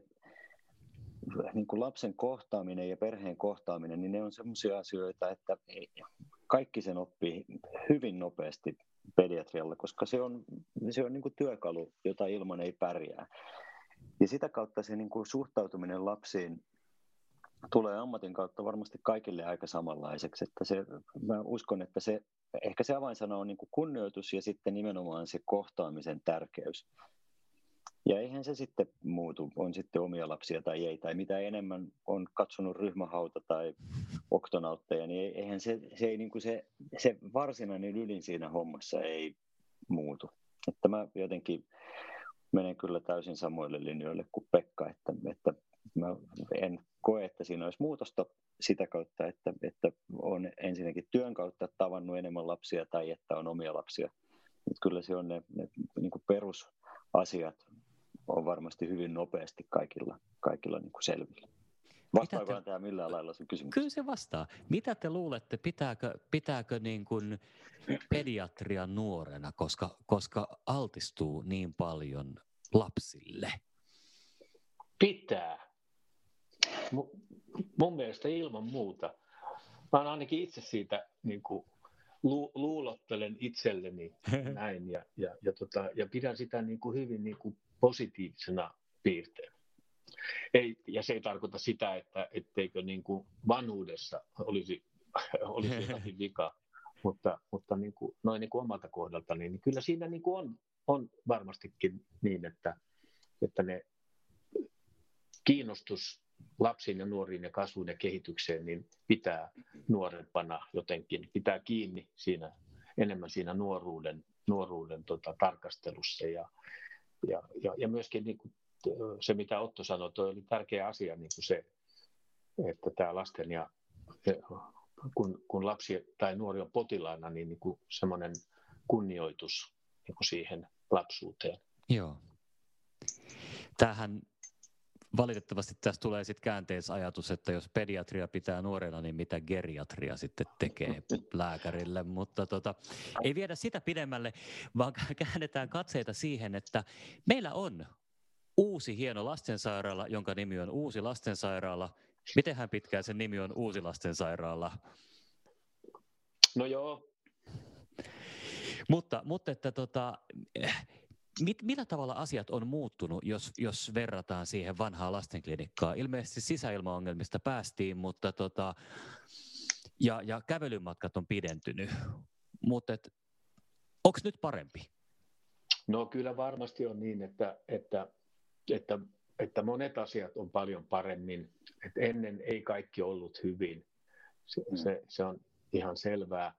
niin kuin lapsen kohtaaminen ja perheen kohtaaminen, niin ne on sellaisia asioita, että kaikki sen oppii hyvin nopeasti pediatrialla, koska se on, se on niin kuin työkalu, jota ilman ei pärjää. Ja sitä kautta se niin kuin suhtautuminen lapsiin tulee ammatin kautta varmasti kaikille aika samanlaiseksi. Että se, mä uskon, että se, ehkä se avainsana on niin kuin kunnioitus ja sitten nimenomaan se kohtaamisen tärkeys. Ja eihän se sitten muutu, on sitten omia lapsia tai ei, tai mitä enemmän on katsonut ryhmähauta tai oktonautteja, niin eihän se, se, ei, niin kuin se, se varsinainen ydin siinä hommassa ei muutu. Että mä jotenkin menen kyllä täysin samoille linjoille kuin Pekka, että, että mä en koe, että siinä olisi muutosta sitä kautta, että, että on ensinnäkin työn kautta tavannut enemmän lapsia tai että on omia lapsia. Että kyllä se on ne, ne niin kuin perusasiat on varmasti hyvin nopeasti kaikilla, kaikilla niin kuin selvillä. Vastaako te... tämä millään lailla sun kysymys? Kyllä se vastaa. Mitä te luulette, pitääkö, pitääkö niin kuin pediatria nuorena, koska, koska altistuu niin paljon lapsille? Pitää. M- mun mielestä ilman muuta. Mä oon ainakin itse siitä niin kuin lu- luulottelen itselleni näin ja, ja, ja, tota, ja pidän sitä niin kuin hyvin niin kuin positiivisena piirteenä. Ei, ja se ei tarkoita sitä, että etteikö niin kuin vanhuudessa olisi, olisi jotakin vikaa, mutta, mutta niin kuin, noin niin kuin omalta kohdalta, niin kyllä siinä niin kuin on, on varmastikin niin, että, että ne kiinnostus lapsiin ja nuoriin ja kasvuun ja kehitykseen niin pitää nuorempana jotenkin, pitää kiinni siinä, enemmän siinä nuoruuden, nuoruuden tota, tarkastelussa ja, ja, ja, ja myöskin niin kuin se, mitä Otto sanoi, toi oli tärkeä asia, niin kuin se, että tämä lasten ja kun, kun lapsi tai nuori on potilaana, niin, niin kuin semmoinen kunnioitus niin kuin siihen lapsuuteen. Joo. Tämähän valitettavasti tässä tulee sitten käänteisajatus, että jos pediatria pitää nuorena, niin mitä geriatria sitten tekee lääkärille. Mutta tota, ei viedä sitä pidemmälle, vaan käännetään katseita siihen, että meillä on uusi hieno lastensairaala, jonka nimi on Uusi lastensairaala. Mitenhän pitkään sen nimi on Uusi lastensairaala? No joo. Mutta, mutta että tota, mit, millä tavalla asiat on muuttunut, jos, jos verrataan siihen vanhaan lastenklinikkaan? Ilmeisesti sisäilmaongelmista päästiin, mutta tota, ja, ja kävelymatkat on pidentynyt. Mutta onko nyt parempi? No kyllä varmasti on niin, että, että, että, että monet asiat on paljon paremmin. Et ennen ei kaikki ollut hyvin. Se, mm. se, se on ihan selvää.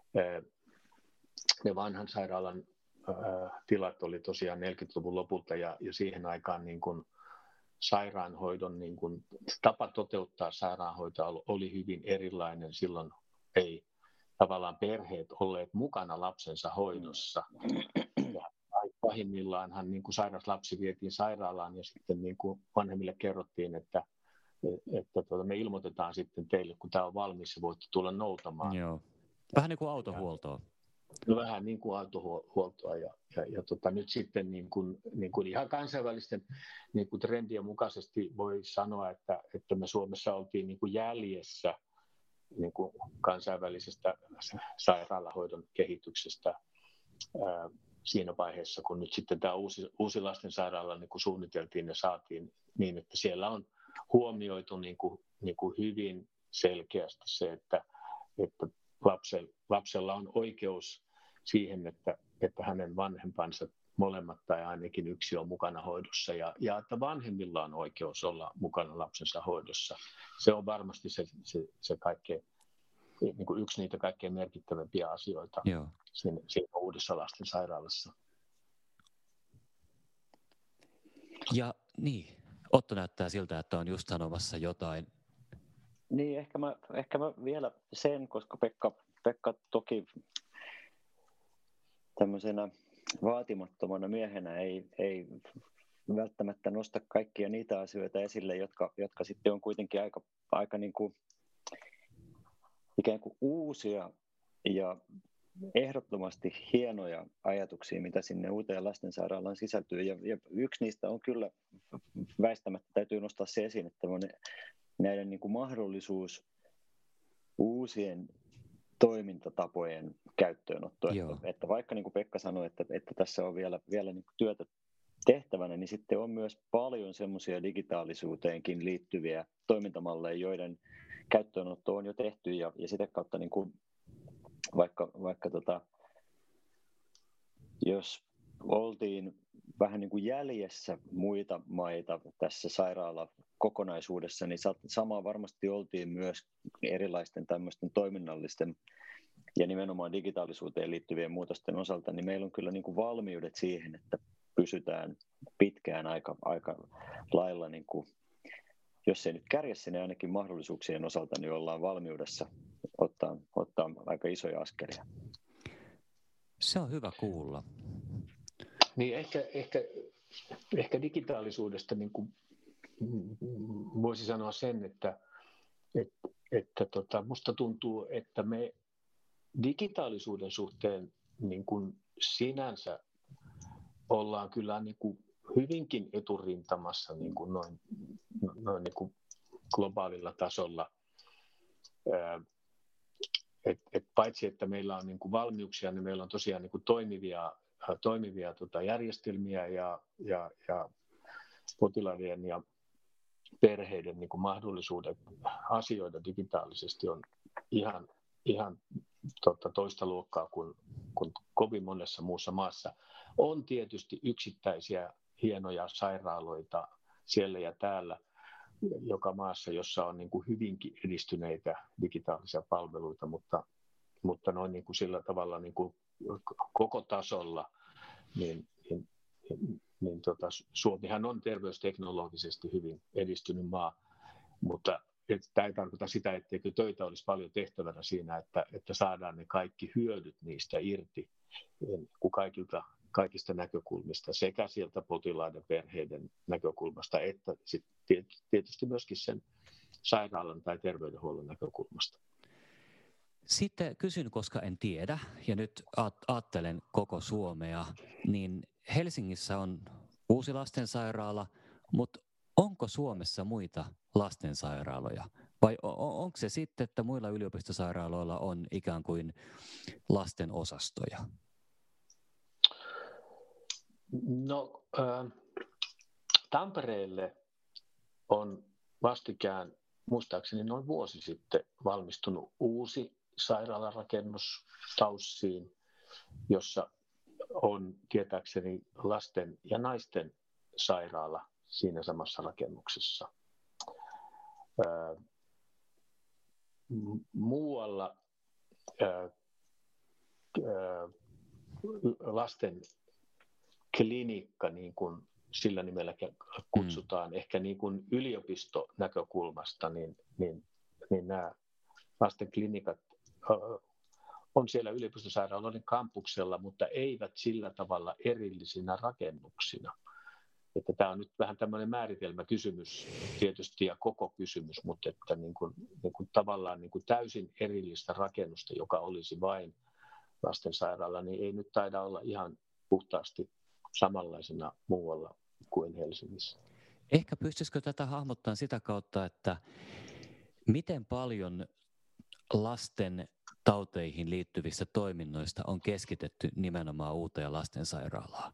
Ne vanhan sairaalan tilat oli tosiaan neljäkymmentäluvun lopulta ja, ja siihen aikaan niin kuin sairaanhoidon niin kuin, tapa toteuttaa sairaanhoitoa oli hyvin erilainen. Silloin ei tavallaan perheet olleet mukana lapsensa hoidossa. Ja pahimmillaanhan niin kuin sairas lapsi vietiin sairaalaan ja sitten niin kuin vanhemmille kerrottiin, että, että tuota, me ilmoitetaan sitten teille, kun tämä on valmis ja voitte tulla noutamaan. Joo. Vähän niin kuin autohuoltoa. No vähän niin kuin autohuoltoa ja, ja, ja tota, nyt sitten niin kuin, niin kuin ihan kansainvälisten niin kuin trendien mukaisesti voi sanoa, että, että me Suomessa oltiin niin kuin jäljessä niin kuin kansainvälisestä sairaalahoidon kehityksestä ää, siinä vaiheessa, kun nyt sitten tämä uusi, uusi lastensairaala niin kuin suunniteltiin ja saatiin niin, että siellä on huomioitu niin kuin, niin kuin hyvin selkeästi se, että, että lapsella, lapsella on oikeus siihen, että, että hänen vanhempansa molemmat tai ainakin yksi on mukana hoidossa ja, ja että vanhemmilla on oikeus olla mukana lapsensa hoidossa. Se on varmasti se, se, se kaikkein, niin kuin yksi niitä kaikkein merkittävämpiä asioita siinä, siinä uudessa lastensairaalassa. Ja niin, Otto näyttää siltä, että on just sanomassa jotain. Niin, ehkä mä, ehkä mä vielä sen, koska Pekka, Pekka toki tämmöisenä vaatimattomana miehenä ei, ei välttämättä nosta kaikkia niitä asioita esille, jotka, jotka sitten on kuitenkin aika, aika niin kuin ikään kuin uusia ja ehdottomasti hienoja ajatuksia, mitä sinne uuteen lastensairaalaan sisältyy. Ja, ja yksi niistä on kyllä väistämättä, täytyy nostaa se esiin, että näiden niin kuin mahdollisuus uusien toimintatapojen käyttöönotto. Että, että vaikka niin kuin Pekka sanoi, että, että tässä on vielä, vielä niin kuin työtä tehtävänä, niin sitten on myös paljon semmoisia digitaalisuuteenkin liittyviä toimintamalleja, joiden käyttöönotto on jo tehty ja, ja sitä kautta niin kuin vaikka, vaikka tota, jos oltiin vähän niin kuin jäljessä muita maita tässä sairaalakokonaisuudessa, niin samaa varmasti oltiin myös erilaisten tämmöisten toiminnallisten ja nimenomaan digitaalisuuteen liittyvien muutosten osalta, niin meillä on kyllä niin kuin valmiudet siihen, että pysytään pitkään aika, aika lailla, niin kuin, jos ei nyt kärjessä, niin ainakin mahdollisuuksien osalta niin ollaan valmiudessa ottaa, ottaa aika isoja askelia. Se on hyvä kuulla. Niin ehkä, ehkä, ehkä digitaalisuudesta niin kuin voisi sanoa sen, että, että, että tota, musta tuntuu, että me digitaalisuuden suhteen niin kuin sinänsä ollaan kyllä niin kuin hyvinkin eturintamassa niin kuin noin, noin niin kuin globaalilla tasolla. Et, et paitsi että meillä on niin kuin valmiuksia, niin meillä on tosiaan niin kuin toimivia, toimivia tota järjestelmiä ja, ja, ja potilaiden ja perheiden niin kuin mahdollisuudet asioida digitaalisesti on ihan, ihan tota, toista luokkaa kuin, kuin kovin monessa muussa maassa. On tietysti yksittäisiä hienoja sairaaloita siellä ja täällä joka maassa, jossa on niin kuin hyvinkin edistyneitä digitaalisia palveluita, mutta, mutta noin niin kuin sillä tavalla niin kuin koko tasolla, niin, niin, niin tota, Suomihan on terveysteknologisesti hyvin edistynyt maa, mutta tämä ei tarkoita sitä, etteikö töitä olisi paljon tehtävänä siinä, että, että saadaan ne kaikki hyödyt niistä irti kuin kaikilta, kaikista näkökulmista, sekä sieltä potilaiden perheiden näkökulmasta, että sit tietysti myöskin sen sairaalan tai terveydenhuollon näkökulmasta. Sitten kysyn, koska en tiedä, ja nyt ajattelen koko Suomea, niin Helsingissä on uusi lastensairaala, mutta onko Suomessa muita lastensairaaloja? Vai onko se sitten, että muilla yliopistosairaaloilla on ikään kuin lasten osastoja? No, äh, Tampereelle on vastikään, muistaakseni noin vuosi sitten, valmistunut uusi sairaalarakennus Taussiin, jossa on tietääkseni lasten ja naisten sairaala siinä samassa rakennuksessa. Ää, muualla ää, ää, lasten klinikka, niin kuin sillä nimellä kutsutaan, mm. ehkä niin kuin yliopistonäkökulmasta, niin, niin, niin nämä lasten klinikat on siellä yliopistosairaaloiden kampuksella, mutta eivät sillä tavalla erillisinä rakennuksina. Että tämä on nyt vähän tämmöinen määritelmäkysymys tietysti ja koko kysymys, mutta että niin kuin, niin kuin tavallaan niin kuin täysin erillistä rakennusta, joka olisi vain lastensairaala, niin ei nyt taida olla ihan puhtaasti samanlaisena muualla kuin Helsingissä. Ehkä pystyisikö tätä hahmottamaan sitä kautta, että miten paljon lasten tauteihin liittyvistä toiminnoista on keskitetty nimenomaan uuteen lastensairaalaan?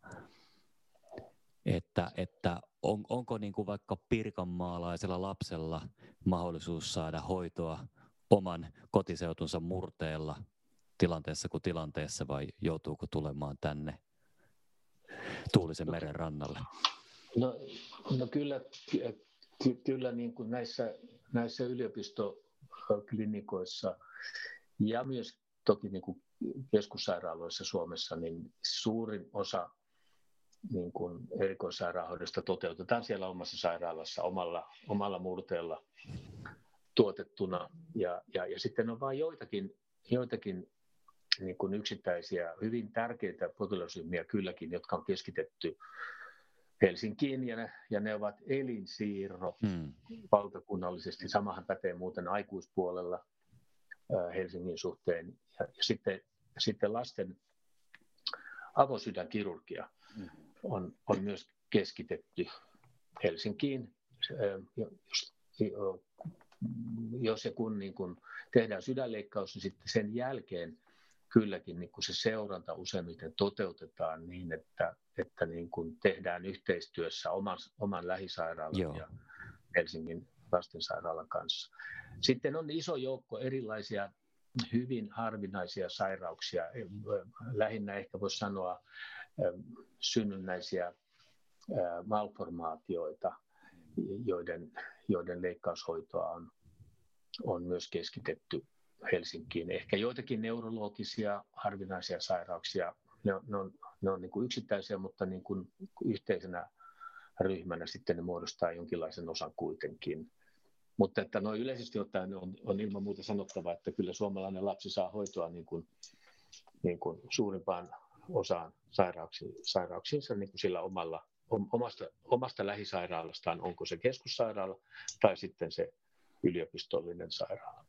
Että, että on, onko niin kuin vaikka pirkanmaalaisella lapsella mahdollisuus saada hoitoa oman kotiseutunsa murteella tilanteessa kuin tilanteessa vai joutuuko tulemaan tänne tuulisen meren rannalle? No, no kyllä, ky, kyllä niin kuin näissä, näissä yliopistoklinikoissa ja myös toki niin kuin keskussairaaloissa Suomessa, niin suurin osa niin kuin erikoissairaanhoidosta toteutetaan siellä omassa sairaalassa omalla, omalla murteella tuotettuna. Ja, ja, ja sitten on vain joitakin, joitakin niin kuin yksittäisiä hyvin tärkeitä potilasryhmiä kylläkin, jotka on keskitetty Helsinkiin, ja ne, ja ne ovat elinsiirrot hmm. valtakunnallisesti. Samahan pätee muuten aikuispuolella ää, Helsingin suhteen. Ja, ja sitten, sitten lasten avosydänkirurgia on, on myös keskitetty Helsinkiin. Jos, jos ja kun, niin kun tehdään sydänleikkaus, niin sitten sen jälkeen kylläkin niin kun se seuranta useimmiten toteutetaan niin, että, että niin kun tehdään yhteistyössä oman, oman lähisairaalan Joo. ja Helsingin lastensairaalan kanssa. Sitten on iso joukko erilaisia hyvin harvinaisia sairauksia, lähinnä ehkä voisi sanoa synnynnäisiä malformaatioita, joiden, joiden leikkaushoitoa on, on myös keskitetty Helsinkiin. Ehkä joitakin neurologisia harvinaisia sairauksia, ne on, ne on, ne on niin kuin yksittäisiä, mutta niin kuin yhteisenä ryhmänä sitten ne muodostaa jonkinlaisen osan kuitenkin. Mutta että noin yleisesti ottaen on, on ilman muuta sanottava, että kyllä suomalainen lapsi saa hoitoa niin kuin, niin kuin suurimpaan osaan sairauksia, sairauksiinsa niin kuin sillä omalla, omasta, omasta lähisairaalastaan, onko se keskussairaala tai sitten se yliopistollinen sairaala.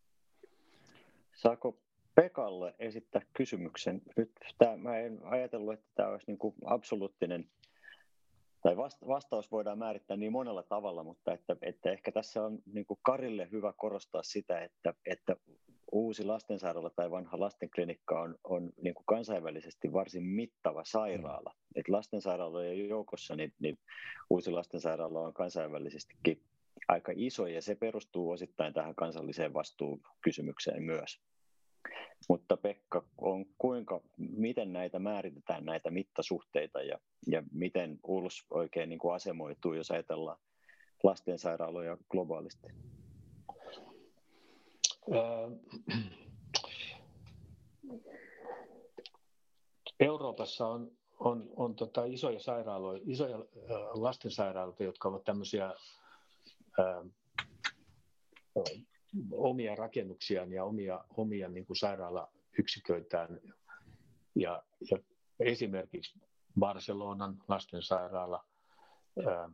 Saako Pekalle esittää kysymyksen? Nyt tämä, mä en ajatellut, että tämä olisi niin kuin absoluuttinen, tai vastaus voidaan määrittää niin monella tavalla, mutta että, että ehkä tässä on niin kuin Karille hyvä korostaa sitä, että, että uusi lastensairaala tai vanha lastenklinikka on, on niin kuin kansainvälisesti varsin mittava sairaala. Mm. Et lastensairaalojen joukossa niin, niin uusi lastensairaala on kansainvälisestikin aika iso, ja se perustuu osittain tähän kansalliseen vastuukysymykseen myös. Mutta Pekka, on kuinka, miten näitä määritetään, näitä mittasuhteita, ja, ja miten U L S oikein niin kuin asemoituu, jos ajatellaan lastensairaaloja globaalisti? Euroopassa on, on, on tota isoja sairaaloja, isoja lastensairaaloita, jotka ovat tämmöisiä ää, omia rakennuksiaan ja omia, omia niin kuin sairaalayksiköitään. Ja, ja esimerkiksi Barcelonan lastensairaala ää,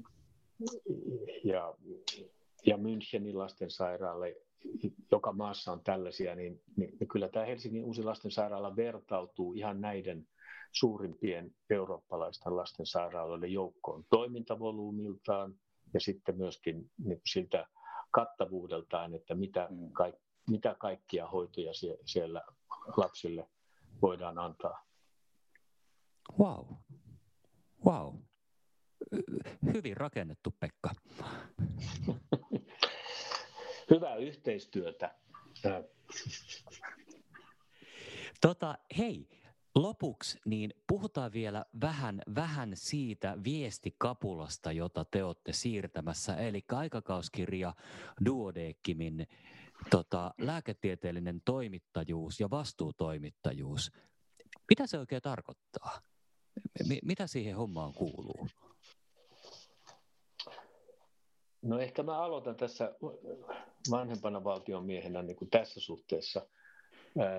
ja, ja Münchenin lastensairaala, joka maassa on tällaisia, niin, niin kyllä tämä Helsingin uusi lastensairaala vertautuu ihan näiden suurimpien eurooppalaisten lastensairaaloiden joukkoon toimintavolyymiltaan ja sitten myöskin niin siltä kattavuudeltaan, että mitä, kaik, mitä kaikkia hoitoja sie, siellä lapsille voidaan antaa. Wow. Wow. Hyvin rakennettu, Pekka. Hyvää yhteistyötä. Tota, hei, lopuksi niin puhutaan vielä vähän, vähän siitä viestikapulasta, jota te olette siirtämässä, eli aikakauskirja Duodecimin tota, lääketieteellinen toimittajuus ja vastuutoimittajuus. Mitä se oikein tarkoittaa? M- mitä siihen hommaan kuuluu? No ehkä mä aloitan tässä vanhempana valtionmiehenä niin kuin tässä suhteessa. Ää,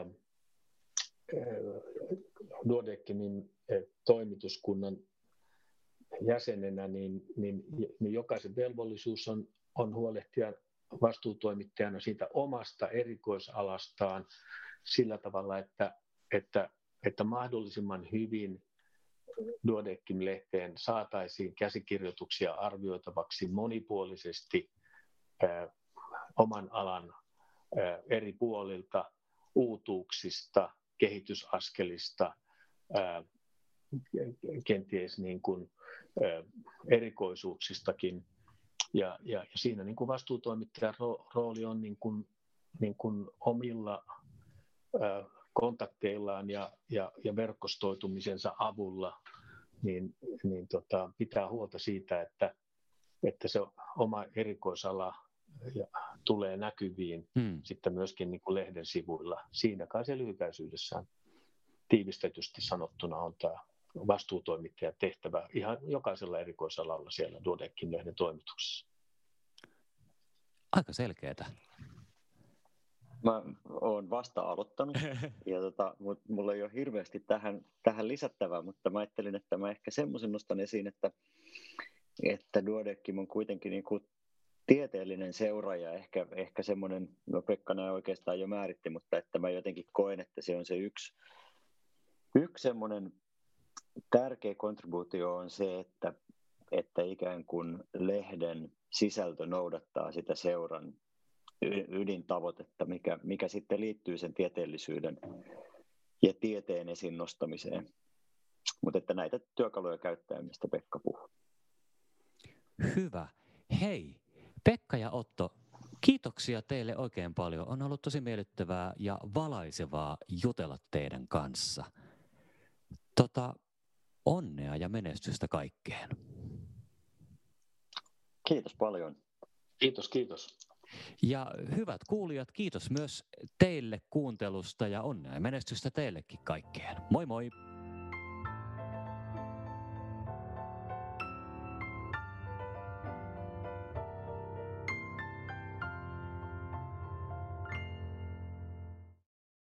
Duodecimin toimituskunnan jäsenenä, niin, niin, niin jokaisen velvollisuus on, on huolehtia vastuutoimittajana siitä omasta erikoisalastaan sillä tavalla, että, että, että mahdollisimman hyvin Duodecim-lehteen saataisiin käsikirjoituksia arvioitavaksi monipuolisesti ää, oman alan ää, eri puolilta, uutuuksista, kehitysaskelista, ää, kenties niin kuin, ää, erikoisuuksistakin. Ja, ja, ja siinä niin kuin vastuutoimittajan rooli on niin kuin, niin kuin omilla ää, kontakteillaan ja, ja, ja verkostoitumisensa avulla niin, niin tota, pitää huolta siitä, että, että se oma erikoisala ja tulee näkyviin hmm. sitten myöskin niin kuin lehden sivuilla. Siinä kai se lyhykäisyydessään tiivistetysti sanottuna on tämä vastuutoimittajan tehtävä ihan jokaisella erikoisalalla siellä Duodeckim-lehden toimituksessa. Aika selkeätä. Mä oon vasta aloittanut, ja tota, mulla ei ole hirveästi tähän, tähän lisättävää, mutta mä ajattelin, että mä ehkä semmoisen nostan esiin, että, että Duodeckim on kuitenkin niin kuin tieteellinen seuraaja, ehkä, ehkä semmoinen, no Pekka näin oikeastaan jo määritti, mutta että mä jotenkin koen, että se on se yksi, yksi semmoinen tärkeä kontribuutio on se, että, että ikään kuin lehden sisältö noudattaa sitä seuran ydintavoitetta, mikä, mikä sitten liittyy sen tieteellisyyden ja tieteen esiin nostamiseen. Mutta että näitä työkaluja käyttää, mistä Pekka puhuu. Hyvä. Hei, Pekka ja Otto, kiitoksia teille oikein paljon. On ollut tosi miellyttävää ja valaisevaa jutella teidän kanssa. Tota, onnea ja menestystä kaikkeen. Kiitos paljon. Kiitos, kiitos. Ja hyvät kuulijat, kiitos myös teille kuuntelusta ja onnea ja menestystä teillekin kaikkeen. Moi moi!